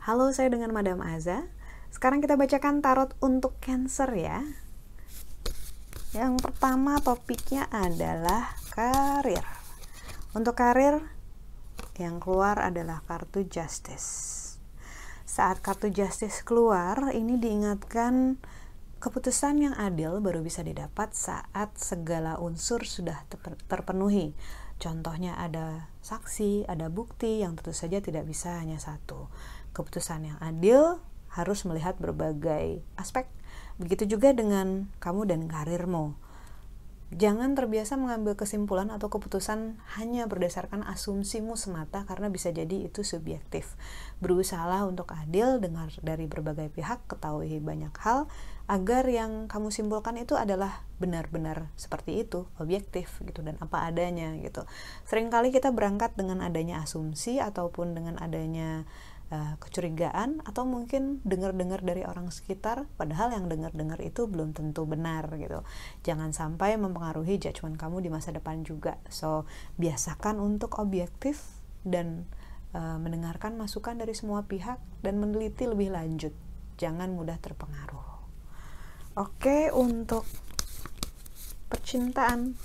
Halo, saya dengan Madam Aza. Sekarang kita bacakan tarot untuk Cancer ya. Yang pertama topiknya adalah karir. Untuk karir, yang keluar adalah kartu Justice. Saat kartu Justice keluar, ini diingatkan keputusan yang adil baru bisa didapat saat segala unsur sudah terpenuhi. Contohnya ada saksi, ada bukti yang tentu saja tidak bisa hanya satu. Keputusan yang adil harus melihat berbagai aspek. Begitu juga dengan kamu dan karirmu. Jangan terbiasa mengambil kesimpulan atau keputusan hanya berdasarkan asumsimu semata karena bisa jadi itu subjektif. Berusahalah untuk adil, dengar dari berbagai pihak, ketahui banyak hal agar yang kamu simpulkan itu adalah benar-benar seperti itu, objektif gitu dan apa adanya gitu. Seringkali kita berangkat dengan adanya asumsi ataupun dengan adanya kecurigaan atau mungkin dengar-dengar dari orang sekitar, padahal yang dengar-dengar itu belum tentu benar gitu. Jangan sampai mempengaruhi judgement kamu di masa depan juga. So, biasakan untuk objektif dan mendengarkan masukan dari semua pihak dan meneliti lebih lanjut. Jangan mudah terpengaruh. Oke, untuk percintaan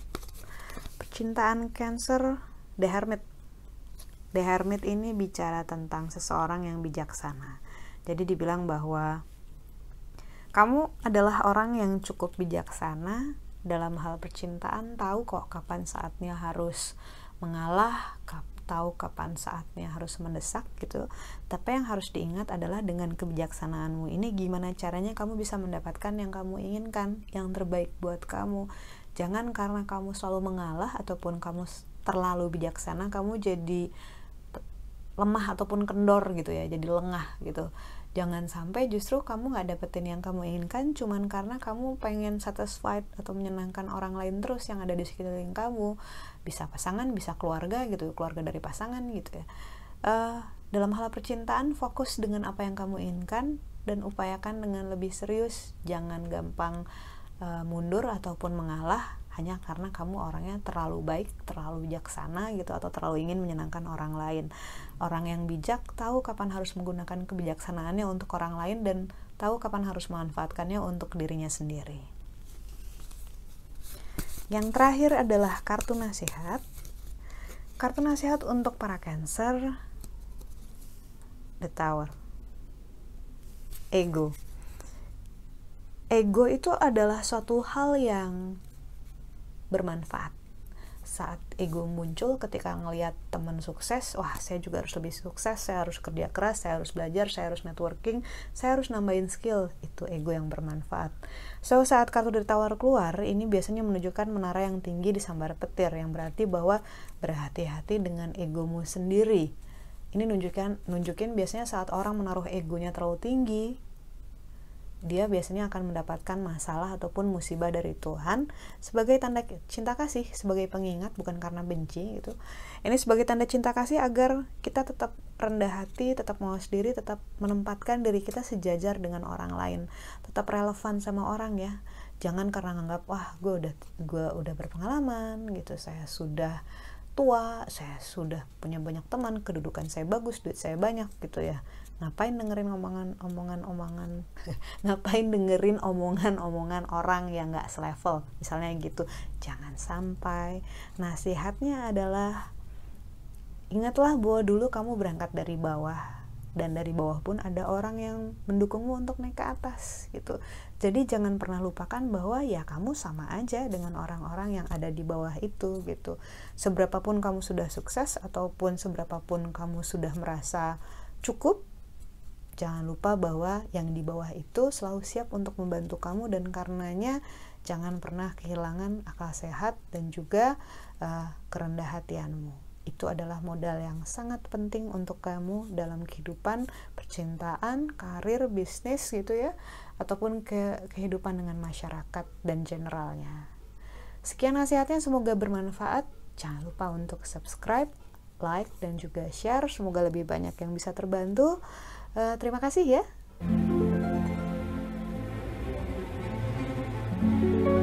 Cancer, The Hermit. The Hermit ini bicara tentang seseorang yang bijaksana. Jadi dibilang bahwa kamu adalah orang yang cukup bijaksana dalam hal percintaan, tahu kok kapan saatnya harus mengalah, tahu kapan saatnya harus mendesak gitu. Tapi yang harus diingat adalah dengan kebijaksanaanmu ini gimana caranya kamu bisa mendapatkan yang kamu inginkan, yang terbaik buat kamu. Jangan karena kamu selalu mengalah ataupun kamu terlalu bijaksana, kamu jadi lemah ataupun kendor gitu ya, jadi lengah gitu. Jangan sampai justru kamu gak dapetin yang kamu inginkan cuman karena kamu pengen satisfied atau menyenangkan orang lain terus yang ada di sekeliling kamu. Bisa pasangan, bisa keluarga gitu, keluarga dari pasangan gitu ya. Dalam hal percintaan, fokus dengan apa yang kamu inginkan dan upayakan dengan lebih serius. Jangan gampang mundur ataupun mengalah hanya karena kamu orangnya terlalu baik, terlalu bijaksana gitu, atau terlalu ingin menyenangkan orang lain. Orang yang bijak tahu kapan harus menggunakan kebijaksanaannya untuk orang lain dan tahu kapan harus memanfaatkannya untuk dirinya sendiri. Yang terakhir adalah kartu nasihat. Kartu nasihat untuk para Cancer, The Tower. Ego itu adalah suatu hal yang bermanfaat. Saat ego muncul ketika ngelihat teman sukses, wah saya juga harus lebih sukses, saya harus kerja keras, saya harus belajar, saya harus networking, saya harus nambahin skill. Itu ego yang bermanfaat. So, saat kartu dari Tower keluar, ini biasanya menunjukkan menara yang tinggi disambar petir, yang berarti bahwa berhati-hati dengan egomu sendiri. Ini nunjukin biasanya saat orang menaruh egonya terlalu tinggi, dia biasanya akan mendapatkan masalah ataupun musibah dari Tuhan sebagai tanda cinta kasih, sebagai pengingat, bukan karena benci gitu. Ini sebagai tanda cinta kasih agar kita tetap rendah hati, tetap mawas diri, tetap menempatkan diri kita sejajar dengan orang lain, tetap relevan sama orang ya. Jangan karena nganggap wah gue udah berpengalaman gitu, saya sudah tua, saya sudah punya banyak teman, kedudukan saya bagus, duit saya banyak gitu ya. Ngapain dengerin ngapain dengerin omongan orang yang gak selevel, misalnya gitu. Jangan sampai. Nasihatnya adalah ingatlah bahwa dulu kamu berangkat dari bawah, dan dari bawah pun ada orang yang mendukungmu untuk naik ke atas gitu. Jadi jangan pernah lupakan bahwa ya kamu sama aja dengan orang-orang yang ada di bawah itu gitu. Seberapapun kamu sudah sukses ataupun seberapapun kamu sudah merasa cukup, jangan lupa bahwa yang di bawah itu selalu siap untuk membantu kamu, dan karenanya jangan pernah kehilangan akal sehat dan juga kerendah hatianmu. Itu adalah modal yang sangat penting untuk kamu dalam kehidupan, percintaan, karir, bisnis gitu ya, ataupun kehidupan dengan masyarakat dan generalnya. Sekian nasihatnya, semoga bermanfaat. Jangan lupa untuk subscribe, like, dan juga share. Semoga lebih banyak yang bisa terbantu. Terima kasih ya.